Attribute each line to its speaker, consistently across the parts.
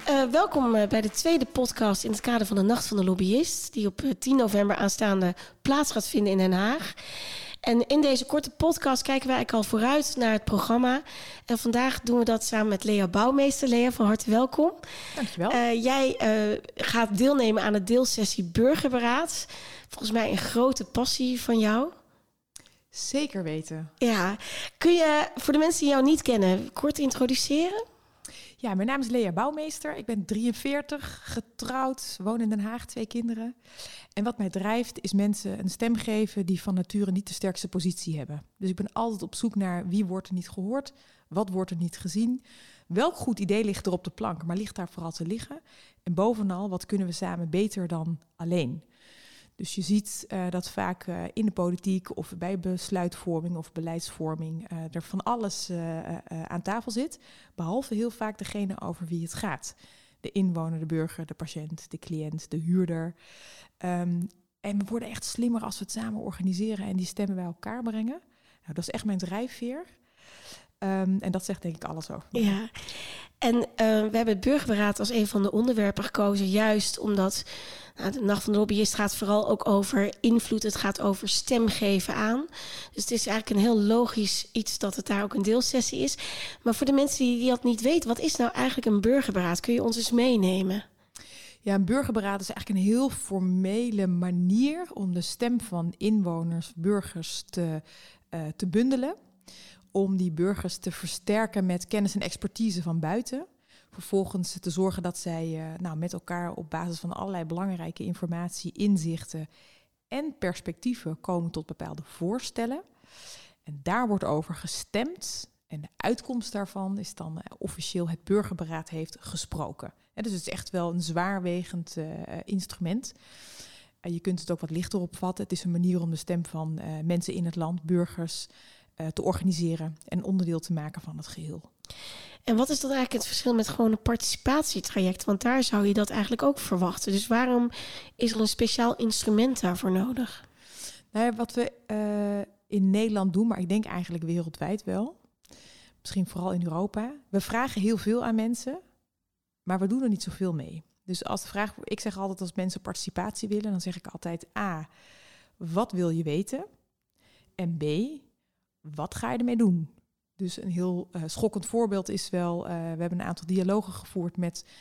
Speaker 1: Welkom bij de tweede podcast in het kader van de Nacht van de Lobbyist, die op 10 november aanstaande plaats gaat vinden in Den Haag. En in deze korte podcast kijken wij eigenlijk al vooruit naar het programma. En vandaag doen we dat samen met Lea Bouwmeester. Lea, van harte welkom.
Speaker 2: Dankjewel.
Speaker 1: Jij gaat deelnemen aan de deelsessie Burgerberaad. Volgens mij een grote passie van jou.
Speaker 2: Zeker weten.
Speaker 1: Ja, kun je voor de mensen die jou niet kennen kort introduceren?
Speaker 2: Ja, mijn naam is Lea Bouwmeester. Ik ben 43, getrouwd, woon in Den Haag, 2 kinderen. En wat mij drijft is mensen een stem geven die van nature niet de sterkste positie hebben. Dus ik ben altijd op zoek naar wie wordt er niet gehoord, wat wordt er niet gezien. Welk goed idee ligt er op de plank, maar ligt daar vooral te liggen. En bovenal, wat kunnen we samen beter dan alleen? Dus je ziet dat vaak in de politiek of bij besluitvorming of beleidsvorming er van alles aan tafel zit. Behalve heel vaak degene over wie het gaat. De inwoner, de burger, de patiënt, de cliënt, de huurder. En we worden echt slimmer als we het samen organiseren en die stemmen bij elkaar brengen. Nou, dat is echt mijn drijfveer. En dat zegt denk ik alles over.
Speaker 1: Ja, en we hebben het burgerberaad als een van de onderwerpen gekozen, juist omdat de Nacht van de Lobbyist gaat vooral ook over invloed. Het gaat over stem geven aan. Dus het is eigenlijk een heel logisch iets dat het daar ook een deelsessie is. Maar voor de mensen die dat niet weten, wat is nou eigenlijk een burgerberaad? Kun je ons eens meenemen?
Speaker 2: Ja, een burgerberaad is eigenlijk een heel formele manier om de stem van inwoners, burgers te bundelen. Om die burgers te versterken met kennis en expertise van buiten. Vervolgens te zorgen dat zij met elkaar op basis van allerlei belangrijke informatie, inzichten en perspectieven komen tot bepaalde voorstellen. En daar wordt over gestemd. En de uitkomst daarvan is dan officieel het burgerberaad heeft gesproken. Dus het is echt wel een zwaarwegend instrument. Je kunt het ook wat lichter opvatten. Het is een manier om de stem van mensen in het land, burgers, te organiseren en onderdeel te maken van het geheel.
Speaker 1: En wat is dan eigenlijk het verschil met gewoon een participatietraject? Want daar zou je dat eigenlijk ook verwachten. Dus waarom is er een speciaal instrument daarvoor nodig?
Speaker 2: Nou ja, wat we in Nederland doen, maar ik denk eigenlijk wereldwijd wel. Misschien vooral in Europa. We vragen heel veel aan mensen, maar we doen er niet zoveel mee. Dus als de vraag, ik zeg altijd als mensen participatie willen, dan zeg ik altijd A, wat wil je weten? En B, wat ga je ermee doen? Dus een heel schokkend voorbeeld is wel, we hebben een aantal dialogen gevoerd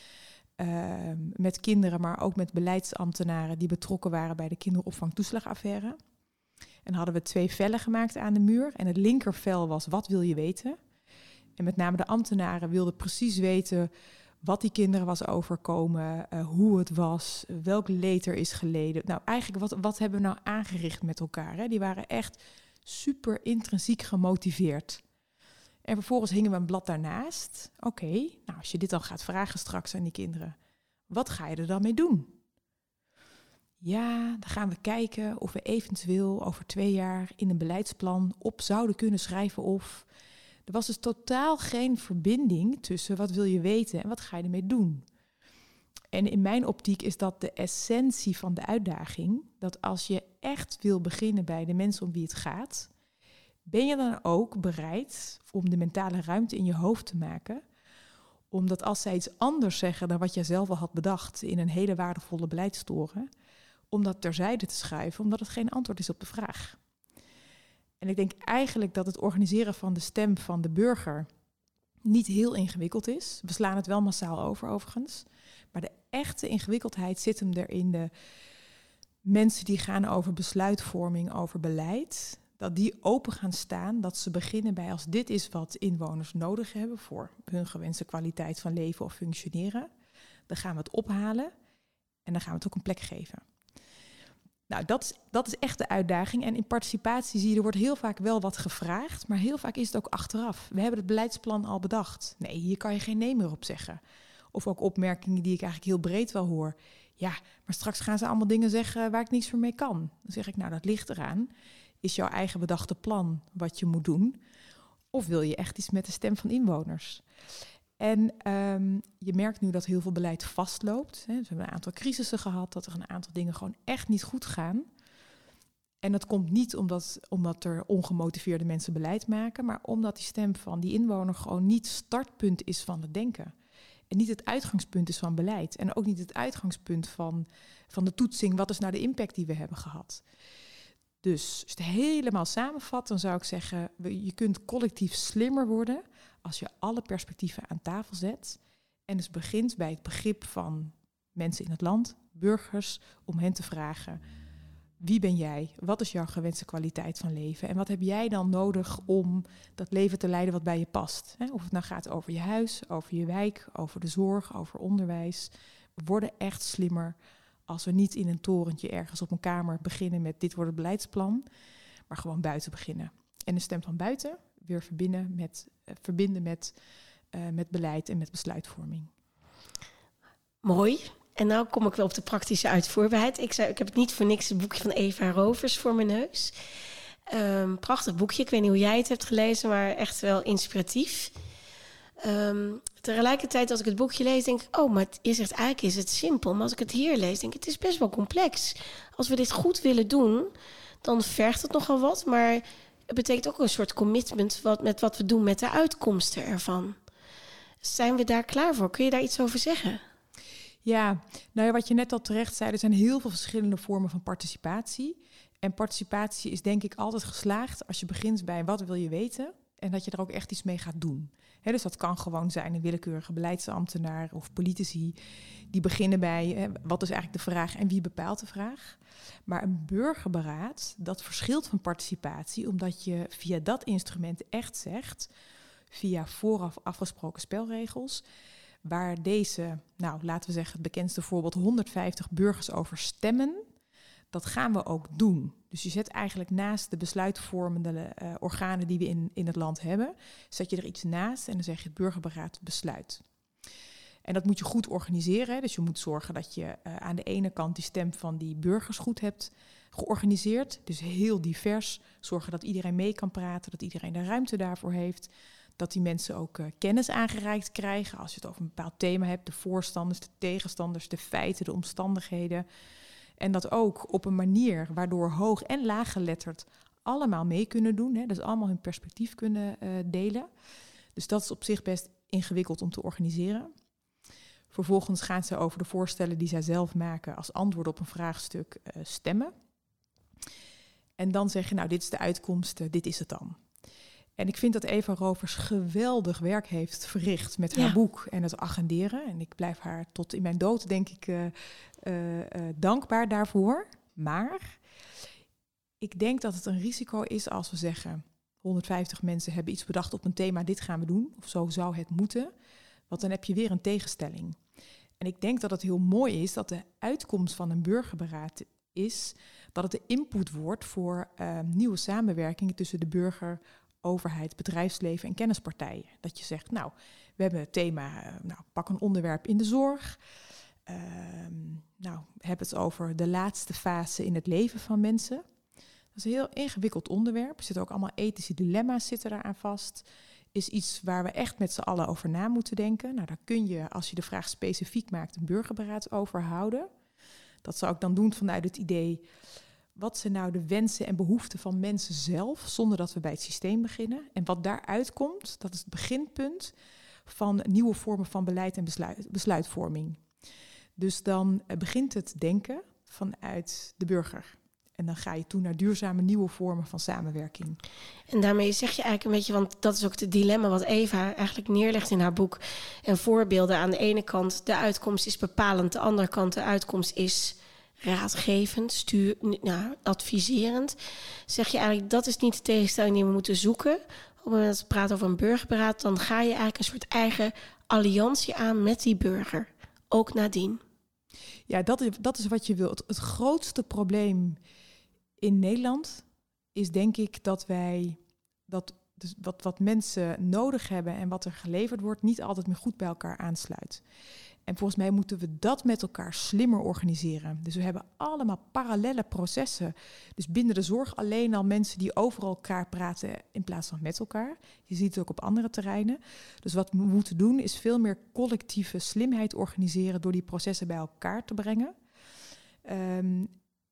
Speaker 2: met kinderen, maar ook met beleidsambtenaren die betrokken waren bij de kinderopvangtoeslagaffaire. En hadden we 2 vellen gemaakt aan de muur. En het linkervel was, wat wil je weten? En met name de ambtenaren wilden precies weten wat die kinderen was overkomen, hoe het was, welk leed er is geleden. Nou, eigenlijk wat hebben we nou aangericht met elkaar? Hè? Die waren echt super intrinsiek gemotiveerd. En vervolgens hingen we een blad daarnaast. Oké, nou als je dit dan gaat vragen straks aan die kinderen, wat ga je er dan mee doen? Ja, dan gaan we kijken of we eventueel over 2 jaar in een beleidsplan op zouden kunnen schrijven of. Er was dus totaal geen verbinding tussen wat wil je weten en wat ga je ermee doen. En in mijn optiek is dat de essentie van de uitdaging. Dat als je echt wil beginnen bij de mensen om wie het gaat, ben je dan ook bereid om de mentale ruimte in je hoofd te maken. Omdat als zij iets anders zeggen dan wat jij zelf al had bedacht in een hele waardevolle beleidstoren, om dat terzijde te schuiven, omdat het geen antwoord is op de vraag. En ik denk eigenlijk dat het organiseren van de stem van de burger niet heel ingewikkeld is. We slaan het wel massaal over overigens. Maar de echte ingewikkeldheid zit hem er in de mensen die gaan over besluitvorming, over beleid. Dat die open gaan staan, dat ze beginnen bij als dit is wat inwoners nodig hebben voor hun gewenste kwaliteit van leven of functioneren. Dan gaan we het ophalen en dan gaan we het ook een plek geven. Nou, dat is echt de uitdaging. En in participatie zie je, er wordt heel vaak wel wat gevraagd, maar heel vaak is het ook achteraf. We hebben het beleidsplan al bedacht. Nee, hier kan je geen nee meer op zeggen. Of ook opmerkingen die ik eigenlijk heel breed wel hoor. Ja, maar straks gaan ze allemaal dingen zeggen waar ik niets voor mee kan. Dan zeg ik, nou, dat ligt eraan. Is jouw eigen bedachte plan wat je moet doen? Of wil je echt iets met de stem van inwoners? En je merkt nu dat heel veel beleid vastloopt. Hè. We hebben een aantal crisissen gehad, dat er een aantal dingen gewoon echt niet goed gaan. En dat komt niet omdat er ongemotiveerde mensen beleid maken, maar omdat die stem van die inwoner gewoon niet startpunt is van het denken. niet het uitgangspunt is van beleid. En ook niet het uitgangspunt van de toetsing. Wat is nou de impact die we hebben gehad? Dus als je het helemaal samenvat, dan zou ik zeggen, je kunt collectief slimmer worden als je alle perspectieven aan tafel zet. En dus begint bij het begrip van mensen in het land, burgers, om hen te vragen: wie ben jij? Wat is jouw gewenste kwaliteit van leven? En wat heb jij dan nodig om dat leven te leiden wat bij je past? Of het nou gaat over je huis, over je wijk, over de zorg, over onderwijs. We worden echt slimmer als we niet in een torentje ergens op een kamer beginnen met dit wordt het beleidsplan, maar gewoon buiten beginnen. En de stem van buiten weer verbinden met beleid en met besluitvorming.
Speaker 1: Mooi. En nou kom ik wel op de praktische uitvoerbaarheid. Ik heb het niet voor niks het boekje van Eva Rovers voor mijn neus. Prachtig boekje. Ik weet niet hoe jij het hebt gelezen, maar echt wel inspiratief. Tegelijkertijd als ik het boekje lees, denk ik, maar je zegt eigenlijk is het simpel. Maar als ik het hier lees, denk ik, het is best wel complex. Als we dit goed willen doen, dan vergt het nogal wat. Maar het betekent ook een soort commitment met wat we doen met de uitkomsten ervan. Zijn we daar klaar voor? Kun je daar iets over zeggen?
Speaker 2: Ja, nou ja, wat je net al terecht zei, er zijn heel veel verschillende vormen van participatie. En participatie is denk ik altijd geslaagd als je begint bij wat wil je weten en dat je er ook echt iets mee gaat doen. Dus dat kan gewoon zijn een willekeurige beleidsambtenaar of politici die beginnen bij wat is eigenlijk de vraag en wie bepaalt de vraag. Maar een burgerberaad, dat verschilt van participatie omdat je via dat instrument echt zegt, via vooraf afgesproken spelregels, waar deze, laten we zeggen het bekendste voorbeeld, 150 burgers over stemmen, dat gaan we ook doen. Dus je zet eigenlijk naast de besluitvormende organen die we in het land hebben, zet je er iets naast en dan zeg je het burgerberaad besluit. En dat moet je goed organiseren. Dus je moet zorgen dat je aan de ene kant die stem van die burgers goed hebt georganiseerd. Dus heel divers. Zorgen dat iedereen mee kan praten, dat iedereen de ruimte daarvoor heeft. Dat die mensen ook kennis aangereikt krijgen. Als je het over een bepaald thema hebt, de voorstanders, de tegenstanders, de feiten, de omstandigheden. En dat ook op een manier waardoor hoog- en laaggeletterd allemaal mee kunnen doen. Hè, dus allemaal hun perspectief kunnen delen. Dus dat is op zich best ingewikkeld om te organiseren. Vervolgens gaan ze over de voorstellen die zij zelf maken als antwoord op een vraagstuk stemmen. En dan zeg je, dit is de uitkomst, dit is het dan. En ik vind dat Eva Rovers geweldig werk heeft verricht met haar boek en het agenderen. En ik blijf haar tot in mijn dood, denk ik, dankbaar daarvoor. Maar ik denk dat het een risico is als we zeggen 150 mensen hebben iets bedacht op een thema, dit gaan we doen. Of zo zou het moeten. Want dan heb je weer een tegenstelling. En ik denk dat het heel mooi is dat de uitkomst van een burgerberaad is dat het de input wordt voor nieuwe samenwerkingen tussen de burger, overheid, bedrijfsleven en kennispartijen. Dat je zegt, we hebben het thema, pak een onderwerp in de zorg. Heb het over de laatste fase in het leven van mensen. Dat is een heel ingewikkeld onderwerp. Er zitten ook allemaal ethische dilemma's zitten daaraan vast. Is iets waar we echt met z'n allen over na moeten denken. Daar kun je, als je de vraag specifiek maakt, een burgerberaad over houden. Dat zou ik dan doen vanuit het idee, wat zijn nou de wensen en behoeften van mensen zelf, zonder dat we bij het systeem beginnen. En wat daaruit komt, dat is het beginpunt van nieuwe vormen van beleid en besluitvorming. Dus dan begint het denken vanuit de burger. En dan ga je toe naar duurzame nieuwe vormen van samenwerking.
Speaker 1: En daarmee zeg je eigenlijk een beetje, want dat is ook het dilemma wat Eva eigenlijk neerlegt in haar boek. En voorbeelden aan de ene kant, de uitkomst is bepalend. Aan de andere kant, de uitkomst is raadgevend, adviserend. Zeg je eigenlijk, dat is niet de tegenstelling die we moeten zoeken. Op het moment dat we praten over een burgerberaad, dan ga je eigenlijk een soort eigen alliantie aan met die burger. Ook nadien.
Speaker 2: Ja, dat is wat je wilt. Het grootste probleem in Nederland is denk ik dat wij dus wat mensen nodig hebben en wat er geleverd wordt niet altijd meer goed bij elkaar aansluit. En volgens mij moeten we dat met elkaar slimmer organiseren. Dus we hebben allemaal parallelle processen. Dus binnen de zorg alleen al mensen die over elkaar praten in plaats van met elkaar. Je ziet het ook op andere terreinen. Dus wat we moeten doen is veel meer collectieve slimheid organiseren door die processen bij elkaar te brengen.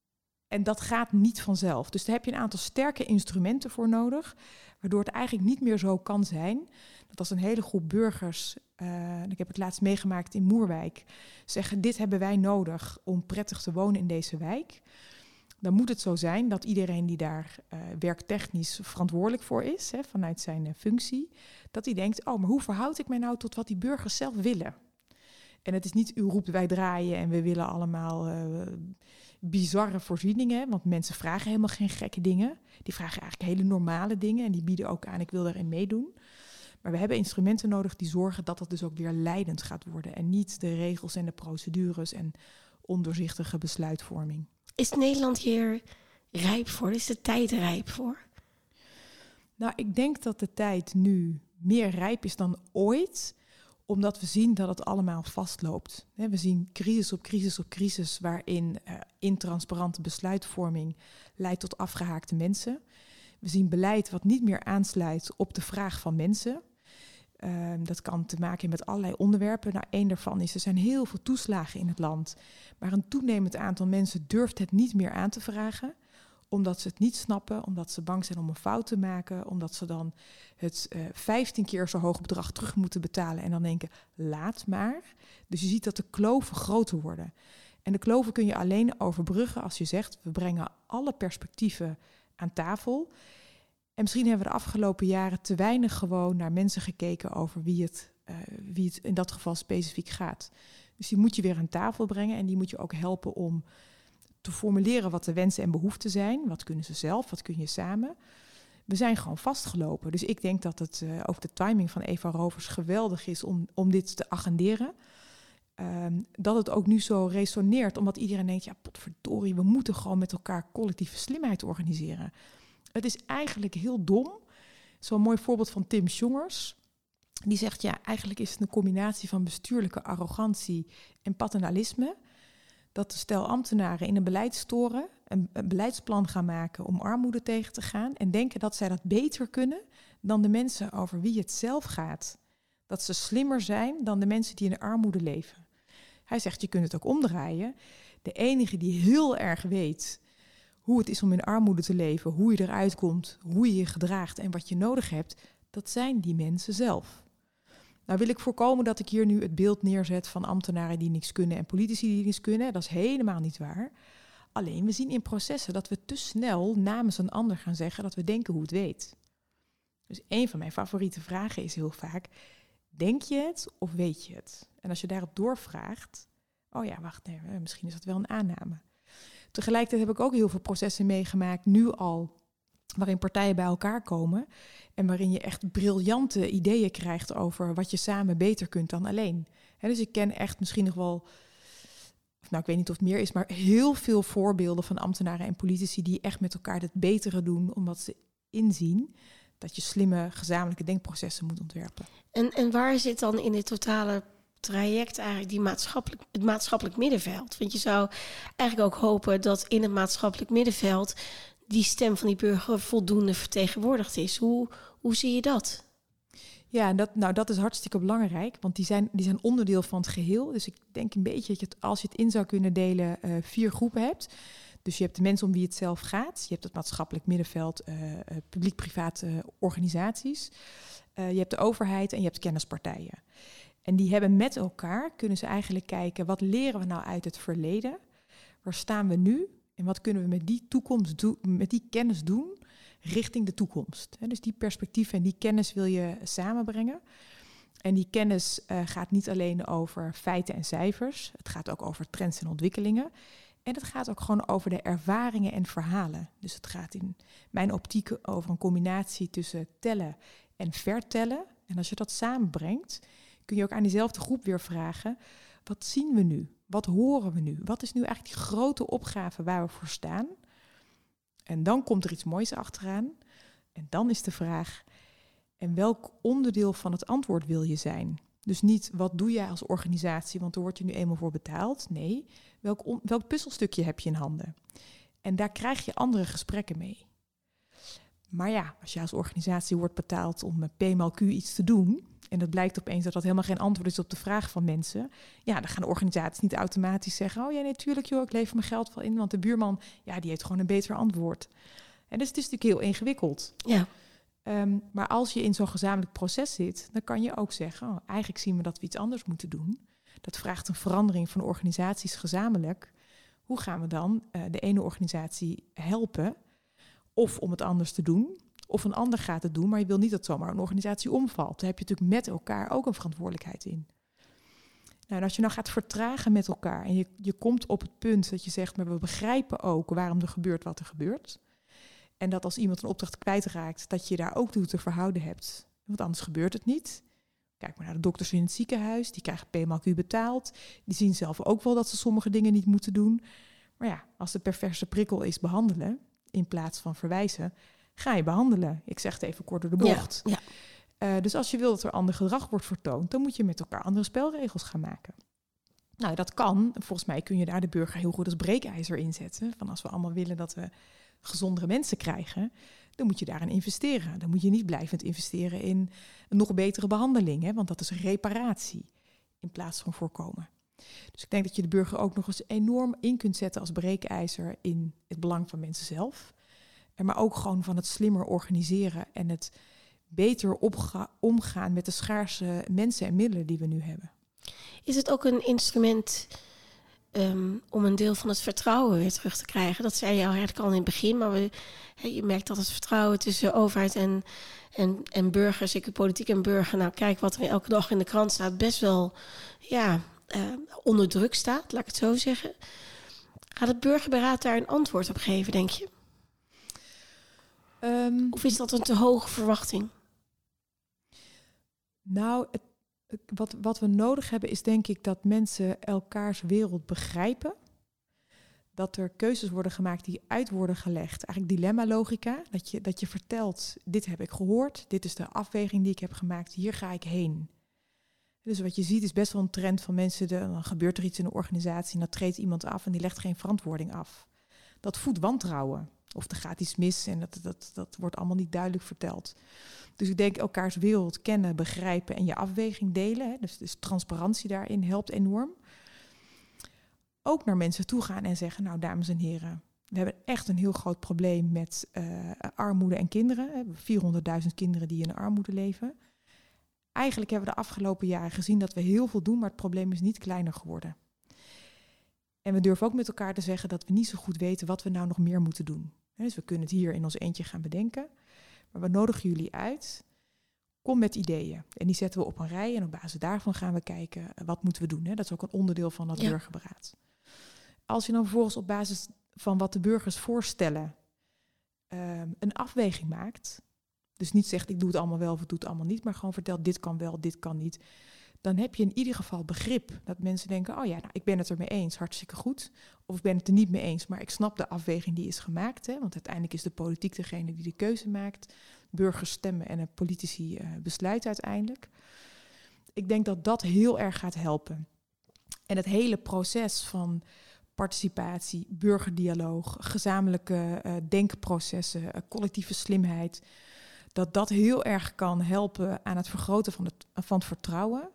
Speaker 2: En dat gaat niet vanzelf. Dus daar heb je een aantal sterke instrumenten voor nodig, waardoor het eigenlijk niet meer zo kan zijn dat als een hele groep burgers, ik heb het laatst meegemaakt in Moerwijk, zeggen dit hebben wij nodig om prettig te wonen in deze wijk. Dan moet het zo zijn dat iedereen die daar werktechnisch verantwoordelijk voor is, vanuit zijn functie, dat die denkt, maar hoe verhoud ik mij nou tot wat die burgers zelf willen? En het is niet u roept wij draaien en we willen allemaal bizarre voorzieningen, want mensen vragen helemaal geen gekke dingen. Die vragen eigenlijk hele normale dingen en die bieden ook aan, ik wil daarin meedoen. Maar we hebben instrumenten nodig die zorgen dat het dus ook weer leidend gaat worden en niet de regels en de procedures en ondoorzichtige besluitvorming.
Speaker 1: Is Nederland hier rijp voor? Is de tijd rijp voor?
Speaker 2: Nou, ik denk dat de tijd nu meer rijp is dan ooit, omdat we zien dat het allemaal vastloopt. We zien crisis op crisis op crisis, waarin intransparante besluitvorming leidt tot afgehaakte mensen. We zien beleid wat niet meer aansluit op de vraag van mensen. Dat kan te maken hebben met allerlei onderwerpen. Nou, één daarvan is, er zijn heel veel toeslagen in het land, maar een toenemend aantal mensen durft het niet meer aan te vragen, omdat ze het niet snappen, omdat ze bang zijn om een fout te maken, omdat ze dan het 15 keer zo hoog bedrag terug moeten betalen en dan denken, laat maar. Dus je ziet dat de kloven groter worden. En de kloven kun je alleen overbruggen als je zegt, we brengen alle perspectieven aan tafel. En misschien hebben we de afgelopen jaren te weinig gewoon naar mensen gekeken over wie het in dat geval specifiek gaat. Dus die moet je weer aan tafel brengen en die moet je ook helpen om te formuleren wat de wensen en behoeften zijn. Wat kunnen ze zelf, wat kun je samen. We zijn gewoon vastgelopen. Dus ik denk dat het ook de timing van Eva Rovers geweldig is om dit te agenderen. Dat het ook nu zo resoneert, omdat iedereen denkt, ja, potverdorie, we moeten gewoon met elkaar collectieve slimheid organiseren. Het is eigenlijk heel dom. Zo'n mooi voorbeeld van Tim Sjongers. Die zegt, ja, eigenlijk is het een combinatie van bestuurlijke arrogantie en paternalisme. Dat de stel ambtenaren in een beleidstoren een beleidsplan gaan maken om armoede tegen te gaan en denken dat zij dat beter kunnen dan de mensen over wie het zelf gaat. Dat ze slimmer zijn dan de mensen die in de armoede leven. Hij zegt, je kunt het ook omdraaien. De enige die heel erg weet hoe het is om in armoede te leven, hoe je eruit komt, hoe je je gedraagt en wat je nodig hebt, dat zijn die mensen zelf. Nou wil ik voorkomen dat ik hier nu het beeld neerzet van ambtenaren die niks kunnen en politici die niks kunnen. Dat is helemaal niet waar. Alleen we zien in processen dat we te snel namens een ander gaan zeggen dat we denken hoe het weet. Dus een van mijn favoriete vragen is heel vaak, denk je het of weet je het? En als je daarop doorvraagt, misschien is dat wel een aanname. Tegelijkertijd heb ik ook heel veel processen meegemaakt, nu al, waarin partijen bij elkaar komen en waarin je echt briljante ideeën krijgt over wat je samen beter kunt dan alleen. Dus ik ken echt misschien nog wel, ik weet niet of het meer is, maar heel veel voorbeelden van ambtenaren en politici die echt met elkaar het betere doen, omdat ze inzien dat je slimme gezamenlijke denkprocessen moet ontwerpen.
Speaker 1: En waar zit dan in dit totale traject eigenlijk het maatschappelijk middenveld? Want je zou eigenlijk ook hopen dat in het maatschappelijk middenveld die stem van die burger voldoende vertegenwoordigd is. Hoe zie je dat?
Speaker 2: Ja, dat is hartstikke belangrijk, want die zijn onderdeel van het geheel. Dus ik denk een beetje dat als je het in zou kunnen delen, 4 groepen hebt. Dus je hebt de mensen om wie het zelf gaat. Je hebt het maatschappelijk middenveld, publiek-private organisaties. Je hebt de overheid en je hebt kennispartijen. En die hebben met elkaar, kunnen ze eigenlijk kijken, wat leren we nou uit het verleden? Waar staan we nu? En wat kunnen we met die toekomst met die kennis doen richting de toekomst? Dus die perspectieven en die kennis wil je samenbrengen. En die kennis gaat niet alleen over feiten en cijfers. Het gaat ook over trends en ontwikkelingen. En het gaat ook gewoon over de ervaringen en verhalen. Dus het gaat in mijn optiek over een combinatie tussen tellen en vertellen. En als je dat samenbrengt, kun je ook aan diezelfde groep weer vragen, wat zien we nu? Wat horen we nu? Wat is nu eigenlijk die grote opgave waar we voor staan? En dan komt er iets moois achteraan. En dan is de vraag, en welk onderdeel van het antwoord wil je zijn? Dus niet, wat doe jij als organisatie, want daar word je nu eenmaal voor betaald. Nee, welk puzzelstukje heb je in handen? En daar krijg je andere gesprekken mee. Maar ja, als je als organisatie wordt betaald om P×Q iets te doen, en het blijkt opeens dat dat helemaal geen antwoord is op de vraag van mensen, ja, dan gaan de organisaties niet automatisch zeggen, oh ja, natuurlijk joh, ik lever mijn geld wel in, want de buurman, ja, die heeft gewoon een beter antwoord. En dus het is natuurlijk heel ingewikkeld.
Speaker 1: Ja.
Speaker 2: Maar als je in zo'n gezamenlijk proces zit, dan kan je ook zeggen, eigenlijk zien we dat we iets anders moeten doen. Dat vraagt een verandering van organisaties gezamenlijk. Hoe gaan we dan de ene organisatie helpen, of om het anders te doen, of een ander gaat het doen, maar je wil niet dat zomaar een organisatie omvalt. Daar heb je natuurlijk met elkaar ook een verantwoordelijkheid in. Nou, en als je nou gaat vertragen met elkaar en je komt op het punt dat je zegt, maar we begrijpen ook waarom er gebeurt wat er gebeurt. En dat als iemand een opdracht kwijtraakt, dat je daar ook toe te verhouden hebt. Want anders gebeurt het niet. Kijk maar naar de dokters in het ziekenhuis, die krijgen P×Q betaald. Die zien zelf ook wel dat ze sommige dingen niet moeten doen. Maar ja, als de perverse prikkel is behandelen, in plaats van verwijzen, ga je behandelen. Ik zeg het even kort door de bocht. Ja. Dus als je wil dat er ander gedrag wordt vertoond, dan moet je met elkaar andere spelregels gaan maken. Nou, dat kan. Volgens mij kun je daar de burger heel goed als breekijzer inzetten. Van als we allemaal willen dat we gezondere mensen krijgen, dan moet je daarin investeren. Dan moet je niet blijvend investeren in een nog betere behandeling, hè, want dat is reparatie in plaats van voorkomen. Dus ik denk dat je de burger ook nog eens enorm in kunt zetten als breekijzer in het belang van mensen zelf. Maar ook gewoon van het slimmer organiseren en het beter omgaan met de schaarse mensen en middelen die we nu hebben.
Speaker 1: Is het ook een instrument om een deel van het vertrouwen weer terug te krijgen? Dat zei je al eigenlijk al in het begin, maar je merkt dat het vertrouwen tussen overheid en burgers, zeker politiek en burger, nou kijk wat er elke dag in de krant staat, best wel onder druk staat, laat ik het zo zeggen. Gaat het burgerberaad daar een antwoord op geven, denk je? Of is dat een te hoge verwachting?
Speaker 2: Nou, wat we nodig hebben is denk ik dat mensen elkaars wereld begrijpen. Dat er keuzes worden gemaakt die uit worden gelegd. Eigenlijk dilemma-logica. Dat je vertelt, dit heb ik gehoord. Dit is de afweging die ik heb gemaakt. Hier ga ik heen. Dus wat je ziet is best wel een trend van mensen. Dan gebeurt er iets in een organisatie en dan treedt iemand af en die legt geen verantwoording af. Dat voedt wantrouwen. Of er gaat iets mis en dat wordt allemaal niet duidelijk verteld. Dus ik denk elkaars wereld kennen, begrijpen en je afweging delen. Hè. Dus transparantie daarin helpt enorm. Ook naar mensen toe gaan en zeggen, nou dames en heren, we hebben echt een heel groot probleem met armoede en kinderen. We hebben 400.000 kinderen die in armoede leven. Eigenlijk hebben we de afgelopen jaren gezien dat we heel veel doen, maar het probleem is niet kleiner geworden. En we durven ook met elkaar te zeggen dat we niet zo goed weten wat we nou nog meer moeten doen. Dus we kunnen het hier in ons eentje gaan bedenken. Maar we nodigen jullie uit. Kom met ideeën. En die zetten we op een rij en op basis daarvan gaan we kijken wat moeten we doen. Dat is ook een onderdeel van dat burgerberaad. Als je dan vervolgens op basis van wat de burgers voorstellen een afweging maakt. Dus niet zegt ik doe het allemaal wel of ik doe het allemaal niet. Maar gewoon vertelt dit kan wel, dit kan niet. Dan heb je in ieder geval begrip. Dat mensen denken, oh ja, nou, ik ben het ermee eens, hartstikke goed. Of ik ben het er niet mee eens, maar ik snap de afweging die is gemaakt. Hè, want uiteindelijk is de politiek degene die de keuze maakt. Burgers stemmen en de politici besluiten uiteindelijk. Ik denk dat dat heel erg gaat helpen. En het hele proces van participatie, burgerdialoog, gezamenlijke denkprocessen, collectieve slimheid, dat heel erg kan helpen aan het vergroten van het vertrouwen.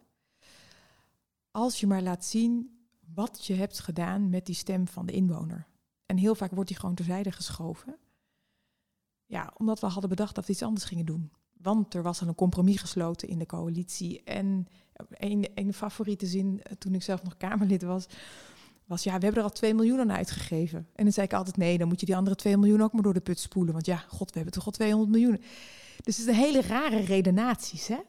Speaker 2: Als je maar laat zien wat je hebt gedaan met die stem van de inwoner. En heel vaak wordt die gewoon terzijde geschoven. Ja, omdat we hadden bedacht dat we iets anders gingen doen. Want er was een compromis gesloten in de coalitie. En een favoriete zin, toen ik zelf nog Kamerlid was ja, we hebben er al 2 miljoen aan uitgegeven. En dan zei ik altijd, nee, dan moet je die andere 2 miljoen ook maar door de put spoelen. Want ja, god, we hebben toch al 200 miljoen. Dus het is een hele rare redenaties, hè.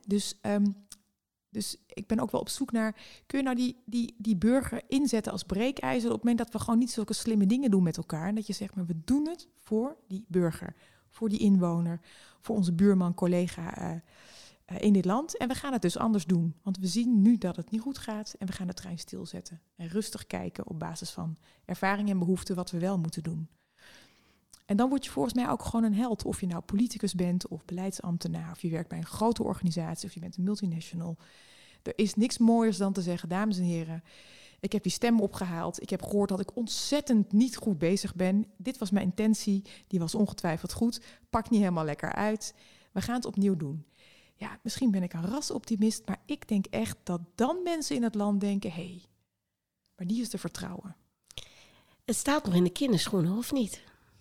Speaker 2: Dus ik ben ook wel op zoek naar, kun je nou die burger inzetten als breekijzer op het moment dat we gewoon niet zulke slimme dingen doen met elkaar. En dat je zegt, maar we doen het voor die burger, voor die inwoner, voor onze buurman, collega in dit land. En we gaan het dus anders doen. Want we zien nu dat het niet goed gaat en we gaan de trein stilzetten. En rustig kijken op basis van ervaring en behoeften wat we wel moeten doen. En dan word je volgens mij ook gewoon een held. Of je nou politicus bent of beleidsambtenaar, of je werkt bij een grote organisatie of je bent een multinational. Er is niks mooiers dan te zeggen, dames en heren, Ik heb die stem opgehaald. Ik heb gehoord dat ik ontzettend niet goed bezig ben. Dit was mijn intentie. Die was ongetwijfeld goed. Pak niet helemaal lekker uit. We gaan het opnieuw doen. Ja, misschien ben ik een rasoptimist, maar ik denk echt dat dan mensen in het land denken, hé, maar die is te vertrouwen.
Speaker 1: Het staat nog in de kinderschoenen, of niet?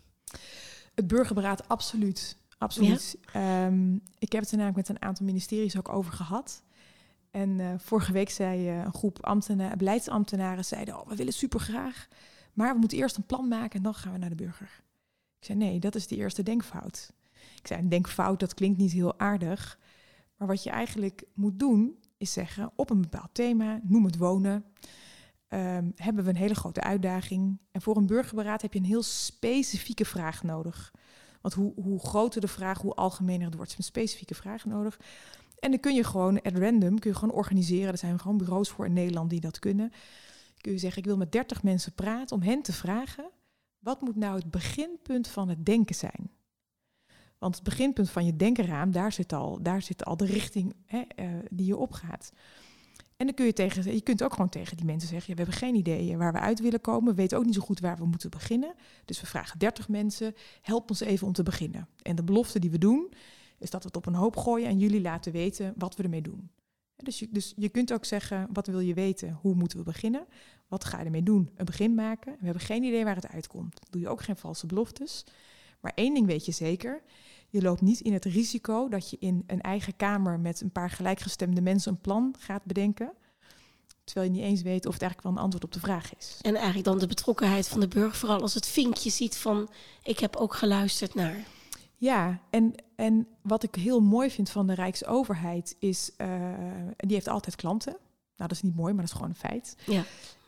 Speaker 2: Het burgerberaad, absoluut. Absoluut. Ja? Ik heb het er namelijk met een aantal ministeries ook over gehad. En vorige week zei een groep beleidsambtenaren, zeiden, we willen super graag, maar we moeten eerst een plan maken en dan gaan we naar de burger. Ik zei, nee, dat is de eerste denkfout. Ik zei, een denkfout, dat klinkt niet heel aardig. Maar wat je eigenlijk moet doen, is zeggen, op een bepaald thema, noem het wonen, hebben we een hele grote uitdaging. En voor een burgerberaad heb je een heel specifieke vraag nodig. Want hoe groter de vraag, hoe algemener het wordt. Je hebt een specifieke vraag nodig. En dan kun je gewoon at random organiseren. Er zijn gewoon bureaus voor in Nederland die dat kunnen. Kun je zeggen, ik wil met 30 mensen praten om hen te vragen, wat moet nou het beginpunt van het denken zijn? Want het beginpunt van je denkenraam, daar zit al de richting die je opgaat. En dan kun je kunt ook gewoon tegen die mensen zeggen, we hebben geen idee waar we uit willen komen. We weten ook niet zo goed waar we moeten beginnen. Dus we vragen 30 mensen, help ons even om te beginnen. En de belofte die we doen, is dat we het op een hoop gooien en jullie laten weten wat we ermee doen. Dus je kunt ook zeggen, wat wil je weten? Hoe moeten we beginnen? Wat ga je ermee doen? Een begin maken. We hebben geen idee waar het uitkomt. Doe je ook geen valse beloftes. Maar één ding weet je zeker. Je loopt niet in het risico dat je in een eigen kamer met een paar gelijkgestemde mensen een plan gaat bedenken, terwijl je niet eens weet of het eigenlijk wel een antwoord op de vraag is.
Speaker 1: En eigenlijk dan de betrokkenheid van de burger, vooral als het vinkje ziet van, ik heb ook geluisterd naar.
Speaker 2: Ja, en wat ik heel mooi vind van de Rijksoverheid is, die heeft altijd klanten. Nou, dat is niet mooi, maar dat is gewoon een feit.
Speaker 1: Ja.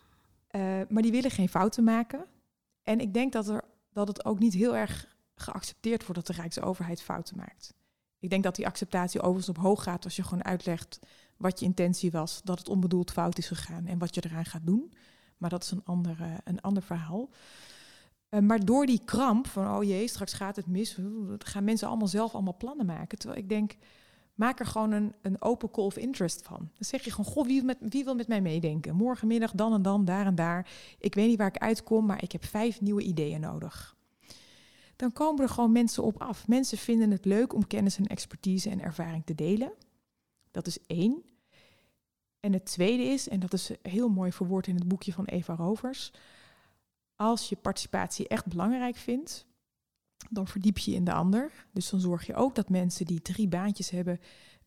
Speaker 2: Maar die willen geen fouten maken. En ik denk dat het ook niet heel erg geaccepteerd wordt dat de Rijksoverheid fouten maakt. Ik denk dat die acceptatie overigens op hoog gaat als je gewoon uitlegt wat je intentie was, dat het onbedoeld fout is gegaan en wat je eraan gaat doen. Maar dat is een ander verhaal. Maar door die kramp van, oh jee, straks gaat het mis, gaan mensen allemaal zelf plannen maken. Terwijl ik denk, maak er gewoon een open call of interest van. Dan zeg je gewoon, goh, wie wil met mij meedenken? Morgenmiddag, dan en dan, daar en daar. Ik weet niet waar ik uitkom, maar ik heb 5 nieuwe ideeën nodig. Dan komen er gewoon mensen op af. Mensen vinden het leuk om kennis en expertise en ervaring te delen. Dat is 1. En het tweede is, en dat is heel mooi verwoord in het boekje van Eva Rovers, als je participatie echt belangrijk vindt, dan verdiep je in de ander. Dus dan zorg je ook dat mensen die 3 baantjes hebben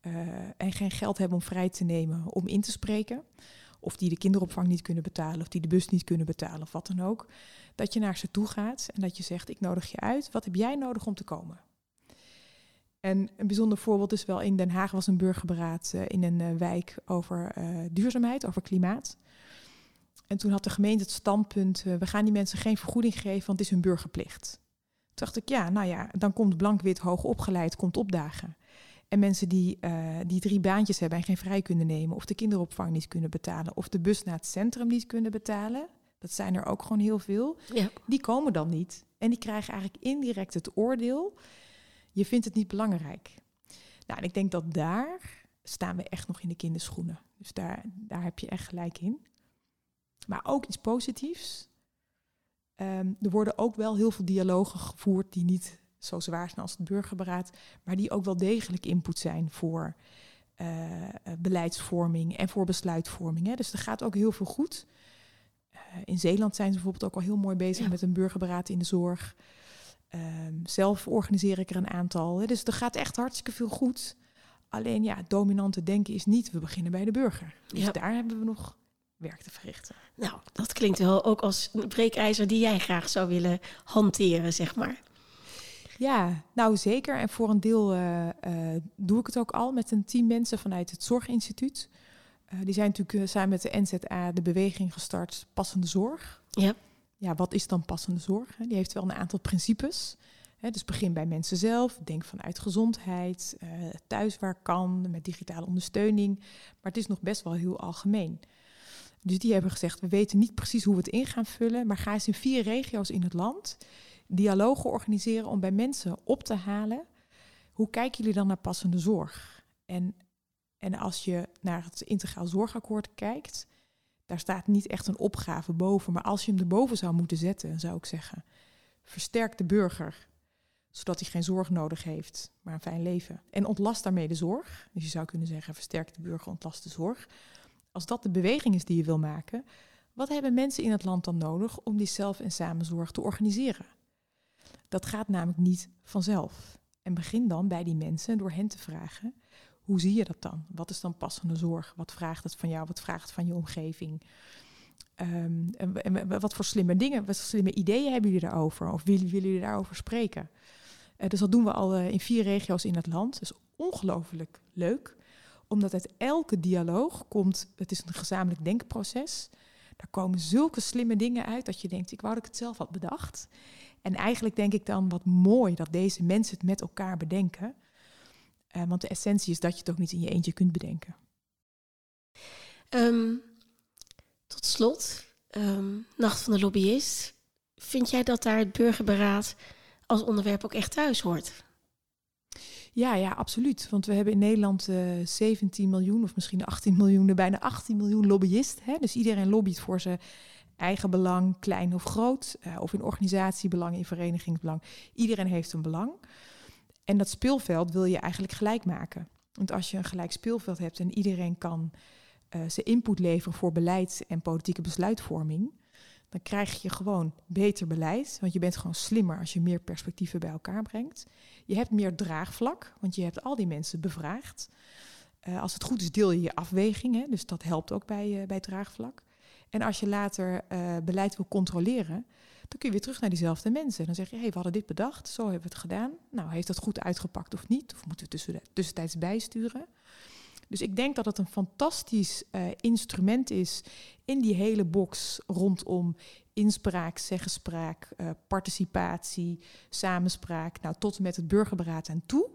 Speaker 2: en geen geld hebben om vrij te nemen om in te spreken, of die de kinderopvang niet kunnen betalen, of die de bus niet kunnen betalen, of wat dan ook, dat je naar ze toe gaat en dat je zegt, ik nodig je uit. Wat heb jij nodig om te komen? En een bijzonder voorbeeld is wel, in Den Haag was een burgerberaad in een wijk over duurzaamheid, over klimaat. En toen had de gemeente het standpunt, we gaan die mensen geen vergoeding geven, want het is hun burgerplicht. Toen dacht ik, dan komt blank-wit hoog opgeleid, komt opdagen. En mensen die 3 baantjes hebben en geen vrij kunnen nemen, of de kinderopvang niet kunnen betalen, of de bus naar het centrum niet kunnen betalen, dat zijn er ook gewoon heel veel, die komen dan niet. En die krijgen eigenlijk indirect het oordeel, je vindt het niet belangrijk. Nou, en ik denk dat daar staan we echt nog in de kinderschoenen. Dus daar heb je echt gelijk in. Maar ook iets positiefs. Er worden ook wel heel veel dialogen gevoerd die niet zo zwaar zijn als het burgerberaad, maar die ook wel degelijk input zijn voor beleidsvorming en voor besluitvorming. Hè. Dus er gaat ook heel veel goed. In Zeeland zijn ze bijvoorbeeld ook al heel mooi bezig met een burgerberaad in de zorg. Zelf organiseer ik er een aantal. Hè. Dus er gaat echt hartstikke veel goed. Alleen het dominante denken is niet, we beginnen bij de burger. Dus daar hebben we nog werk te verrichten. Nou,
Speaker 1: dat klinkt wel ook als een breekijzer die jij graag zou willen hanteren, zeg maar.
Speaker 2: Ja, nou zeker. En voor een deel doe ik het ook al met een team mensen vanuit het Zorginstituut. Die zijn natuurlijk samen met de NZA de beweging gestart, passende zorg.
Speaker 1: Ja.
Speaker 2: Ja, wat is dan passende zorg? Die heeft wel een aantal principes. Dus begin bij mensen zelf, denk vanuit gezondheid, thuis waar kan, met digitale ondersteuning. Maar het is nog best wel heel algemeen. Dus die hebben gezegd, we weten niet precies hoe we het in gaan vullen, maar ga eens in 4 regio's in het land dialogen organiseren om bij mensen op te halen, hoe kijken jullie dan naar passende zorg? En als je naar het Integraal Zorgakkoord kijkt, Daar staat niet echt een opgave boven. Maar als je hem erboven zou moeten zetten, zou ik zeggen, versterk de burger, zodat hij geen zorg nodig heeft, maar een fijn leven. En ontlast daarmee de zorg. Dus je zou kunnen zeggen, versterk de burger, ontlast de zorg. Als dat de beweging is die je wil maken, wat hebben mensen in het land dan nodig om die zelf- en samenzorg te organiseren? Dat gaat namelijk niet vanzelf. En begin dan bij die mensen door hen te vragen, hoe zie je dat dan? Wat is dan passende zorg? Wat vraagt het van jou? Wat vraagt het van je omgeving? En wat voor slimme dingen, wat voor slimme ideeën hebben jullie daarover? Of willen jullie daarover spreken? Dus dat doen we al in 4 regio's in het land. Dat is ongelooflijk leuk. Omdat uit elke dialoog komt, het is een gezamenlijk denkproces. Daar komen zulke slimme dingen uit dat je denkt, ik wou dat ik het zelf had bedacht. En eigenlijk denk ik dan, wat mooi dat deze mensen het met elkaar bedenken. Want de essentie is dat je het ook niet in je eentje kunt bedenken.
Speaker 1: Tot slot, Nacht van de Lobbyist. Vind jij dat daar het burgerberaad als onderwerp ook echt thuis hoort?
Speaker 2: Ja, absoluut. Want we hebben in Nederland 17 miljoen of misschien 18 miljoen, bijna 18 miljoen lobbyisten. Hè? Dus iedereen lobbyt voor zijn eigen belang, klein of groot. Of in organisatiebelang, in verenigingsbelang. Iedereen heeft een belang. En dat speelveld wil je eigenlijk gelijk maken. Want als je een gelijk speelveld hebt en iedereen kan zijn input leveren voor beleid en politieke besluitvorming, dan krijg je gewoon beter beleid. Want je bent gewoon slimmer als je meer perspectieven bij elkaar brengt. Je hebt meer draagvlak, want je hebt al die mensen bevraagd. Als het goed is, deel je je afweging. Hè? Dus dat helpt ook bij draagvlak. En als je later beleid wil controleren, dan kun je weer terug naar diezelfde mensen. Dan zeg je, we hadden dit bedacht, zo hebben we het gedaan. Nou, heeft dat goed uitgepakt of niet? Of moeten we tussentijds bijsturen? Dus ik denk dat het een fantastisch instrument is in die hele box rondom inspraak, zeggenspraak, participatie, samenspraak, nou tot en met het burgerberaad aan toe.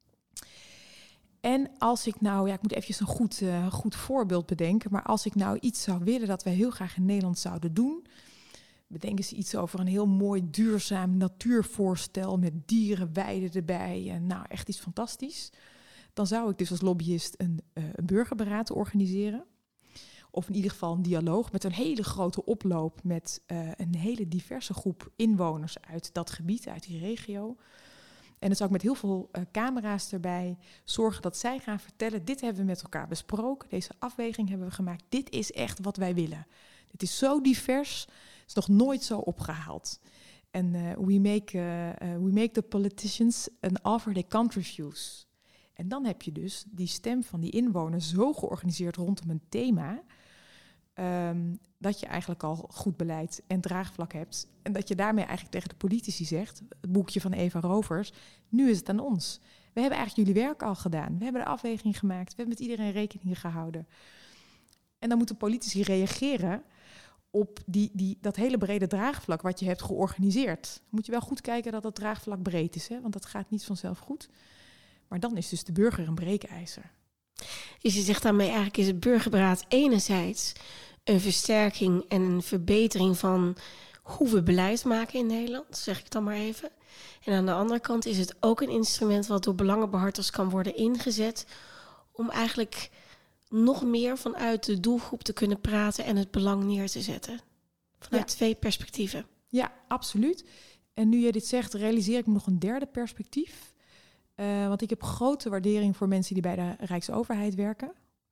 Speaker 2: En als ik ik moet even een goed voorbeeld bedenken, maar als ik nou iets zou willen dat wij heel graag in Nederland zouden doen, bedenken ze iets over een heel mooi duurzaam natuurvoorstel met dierenweiden erbij en nou echt iets fantastisch. Dan zou ik dus als lobbyist een burgerberaad organiseren. Of in ieder geval een dialoog met een hele grote oploop met een hele diverse groep inwoners uit dat gebied, uit die regio. En dan zou ik met heel veel camera's erbij zorgen dat zij gaan vertellen, dit hebben we met elkaar besproken, deze afweging hebben we gemaakt, dit is echt wat wij willen. Dit is zo divers, het is nog nooit zo opgehaald. En we make the politicians an offer they can't refuse. En dan heb je dus die stem van die inwoner zo georganiseerd rondom een thema, dat je eigenlijk al goed beleid en draagvlak hebt. En dat je daarmee eigenlijk tegen de politici zegt, het boekje van Eva Rovers, nu is het aan ons. We hebben eigenlijk jullie werk al gedaan. We hebben de afweging gemaakt. We hebben met iedereen rekening gehouden. En dan moeten politici reageren op dat hele brede draagvlak wat je hebt georganiseerd. Moet je wel goed kijken dat dat draagvlak breed is, hè? Want dat gaat niet vanzelf goed. Maar dan is dus de burger een breekijzer.
Speaker 1: Dus je zegt daarmee eigenlijk is het burgerberaad enerzijds een versterking en een verbetering van hoe we beleid maken in Nederland, zeg ik dan maar even. En aan de andere kant is het ook een instrument wat door belangenbehartigers kan worden ingezet om eigenlijk nog meer vanuit de doelgroep te kunnen praten en het belang neer te zetten. Vanuit 2 perspectieven. Ja, absoluut. En nu je dit zegt, realiseer ik me nog een derde perspectief. Want ik heb grote waardering voor mensen die bij de Rijksoverheid werken.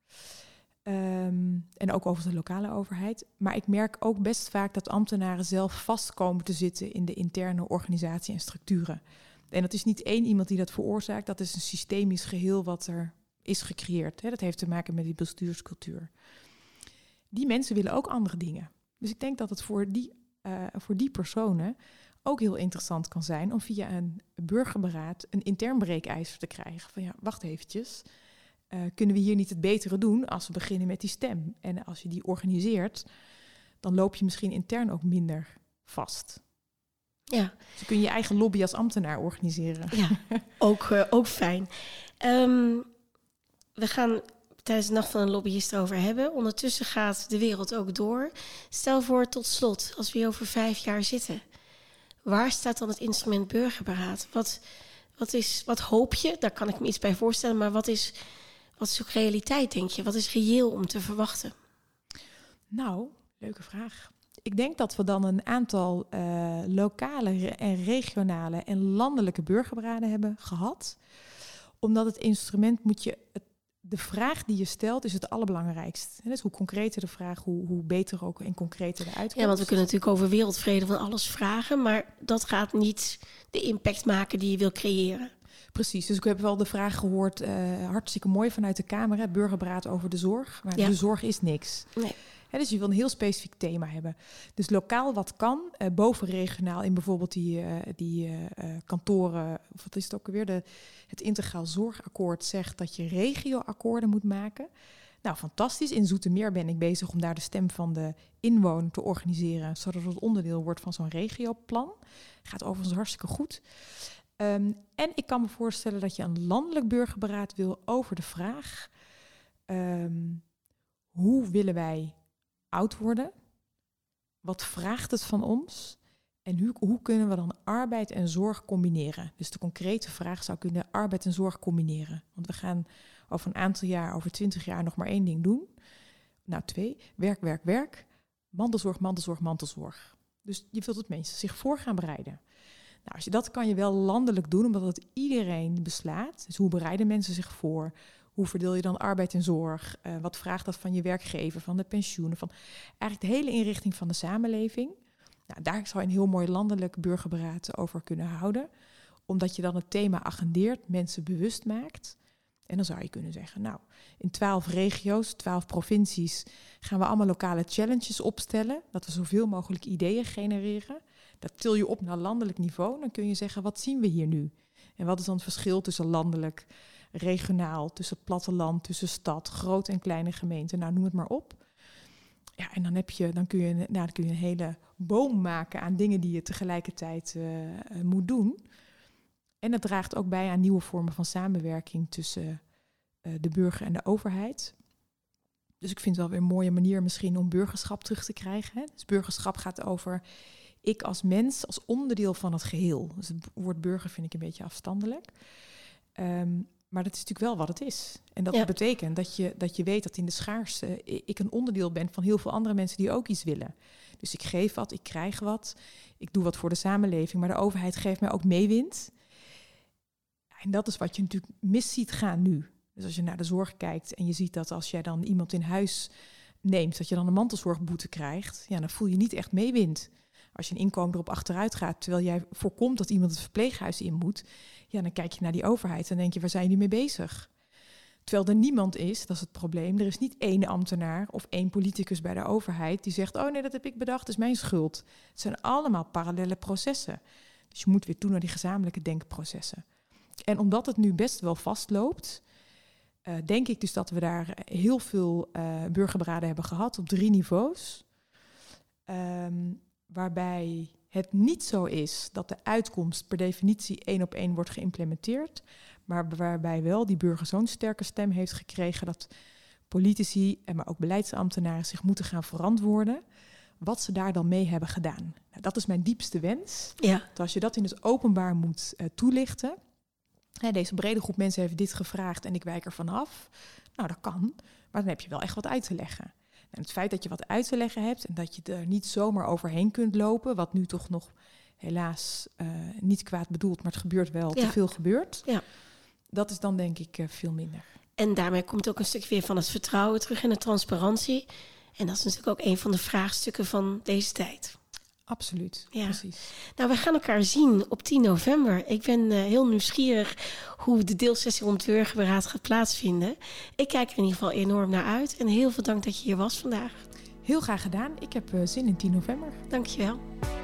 Speaker 1: En ook over de lokale overheid. Maar ik merk ook best vaak dat ambtenaren zelf vast komen te zitten in de interne organisatie en structuren. En dat is niet één iemand die dat veroorzaakt. Dat is een systemisch geheel wat er is gecreëerd. Hè. Dat heeft te maken met die bestuurscultuur. Die mensen willen ook andere dingen. Dus ik denk dat het voor die personen ook heel interessant kan zijn om via een burgerberaad een intern breekijzer te krijgen. Van wacht eventjes, kunnen we hier niet het betere doen als we beginnen met die stem? En als je die organiseert, dan loop je misschien intern ook minder vast. Ja. Dus je kunt je eigen lobby als ambtenaar organiseren. Ja, ook fijn. We gaan tijdens de Nacht van een Lobbyist over hebben. Ondertussen gaat de wereld ook door. Stel voor tot slot, als we hier over 5 jaar zitten, waar staat dan het instrument burgerberaad? Wat hoop je? Daar kan ik me iets bij voorstellen. Maar wat is ook realiteit, denk je? Wat is reëel om te verwachten?
Speaker 2: Nou, leuke vraag. Ik denk dat we dan een aantal lokale en regionale en landelijke burgerberaden hebben gehad. Omdat het instrument de vraag die je stelt is het allerbelangrijkst. Dus hoe concreter de vraag, hoe beter ook en concreter de uitkomst.
Speaker 1: Ja, want we kunnen natuurlijk over wereldvrede van alles vragen, maar dat gaat niet de impact maken die je wil creëren.
Speaker 2: Precies, dus ik heb wel de vraag gehoord, hartstikke mooi vanuit de Kamer, hè, burgerberaad over de zorg. Maar de zorg is niks. Nee. Dus je wil een heel specifiek thema hebben. Dus lokaal wat kan, bovenregionaal in bijvoorbeeld die kantoren, of wat is het ook alweer, het Integraal Zorgakkoord zegt dat je regioakkoorden moet maken. Nou, fantastisch. In Zoetermeer ben ik bezig om daar de stem van de inwoner te organiseren, zodat het onderdeel wordt van zo'n regioplan. Gaat overigens hartstikke goed. En ik kan me voorstellen dat je een landelijk burgerberaad wil over de vraag, hoe willen wij oud worden? Wat vraagt het van ons? En hoe kunnen we dan arbeid en zorg combineren? Dus de concrete vraag zou kunnen arbeid en zorg combineren. Want we gaan over een aantal jaar, over 20 jaar nog maar 1 ding doen. Nou 2, werk, werk, werk. Mantelzorg, mantelzorg, mantelzorg. Dus je wilt het mensen zich voor gaan bereiden. Nou, dat kan je wel landelijk doen, omdat het iedereen beslaat. Dus hoe bereiden mensen zich voor? Hoe verdeel je dan arbeid en zorg? Wat vraagt dat van je werkgever, van de pensioenen? Van eigenlijk de hele inrichting van de samenleving. Nou, daar zou je een heel mooi landelijk burgerberaad over kunnen houden. Omdat je dan het thema agendeert, mensen bewust maakt. En dan zou je kunnen zeggen, nou, in 12 regio's, 12 provincies gaan we allemaal lokale challenges opstellen. Dat we zoveel mogelijk ideeën genereren. Dat til je op naar landelijk niveau. Dan kun je zeggen, wat zien we hier nu? En wat is dan het verschil tussen landelijk, regionaal, tussen platteland, tussen stad, groot en kleine gemeenten? Nou, noem het maar op. Ja, en dan kun je een hele boom maken aan dingen die je tegelijkertijd moet doen. En het draagt ook bij aan nieuwe vormen van samenwerking tussen de burger en de overheid. Dus ik vind het wel weer een mooie manier misschien om burgerschap terug te krijgen. Hè? Dus burgerschap gaat over ik als mens, als onderdeel van het geheel. Dus het woord burger vind ik een beetje afstandelijk. Maar dat is natuurlijk wel wat het is. En dat betekent dat je weet dat in de schaarste ik een onderdeel ben van heel veel andere mensen die ook iets willen. Dus ik geef wat, ik krijg wat, ik doe wat voor de samenleving, maar de overheid geeft mij ook meewind. En dat is wat je natuurlijk mis ziet gaan nu. Dus als je naar de zorg kijkt en je ziet dat als jij dan iemand in huis neemt, dat je dan een mantelzorgboete krijgt, ja, dan voel je niet echt meewind. Als je een inkomen erop achteruit gaat, terwijl jij voorkomt dat iemand het verpleeghuis in moet, ja, dan kijk je naar die overheid en denk je, waar zijn die mee bezig? Terwijl er niemand is, dat is het probleem. Er is niet 1 ambtenaar of 1 politicus bij de overheid die zegt, oh nee, dat heb ik bedacht, dat is mijn schuld. Het zijn allemaal parallelle processen. Dus je moet weer toe naar die gezamenlijke denkprocessen. En omdat het nu best wel vastloopt, denk ik dus dat we daar heel veel burgerberaden hebben gehad op 3 niveaus. Waarbij het niet zo is dat de uitkomst per definitie 1 op 1 wordt geïmplementeerd, maar waarbij wel die burger zo'n sterke stem heeft gekregen dat politici, maar ook beleidsambtenaren zich moeten gaan verantwoorden wat ze daar dan mee hebben gedaan. Nou, dat is mijn diepste wens. Ja. Dat als je dat in het openbaar moet toelichten. Deze brede groep mensen heeft dit gevraagd en ik wijk er vanaf. Nou, dat kan, maar dan heb je wel echt wat uit te leggen. En het feit dat je wat uit te leggen hebt en dat je er niet zomaar overheen kunt lopen, wat nu toch nog helaas niet kwaad bedoeld, maar het gebeurt wel, te veel gebeurt. Ja. Dat is dan denk ik veel minder. En daarmee komt ook een stuk weer van het vertrouwen terug in de transparantie. En dat is natuurlijk ook een van de vraagstukken van deze tijd. Absoluut, ja. Precies. Nou, we gaan elkaar zien op 10 november. Ik ben heel nieuwsgierig hoe de deelsessie rond het burgerberaad gaat plaatsvinden. Ik kijk er in ieder geval enorm naar uit. En heel veel dank dat je hier was vandaag. Heel graag gedaan. Ik heb zin in 10 november. Dank je wel.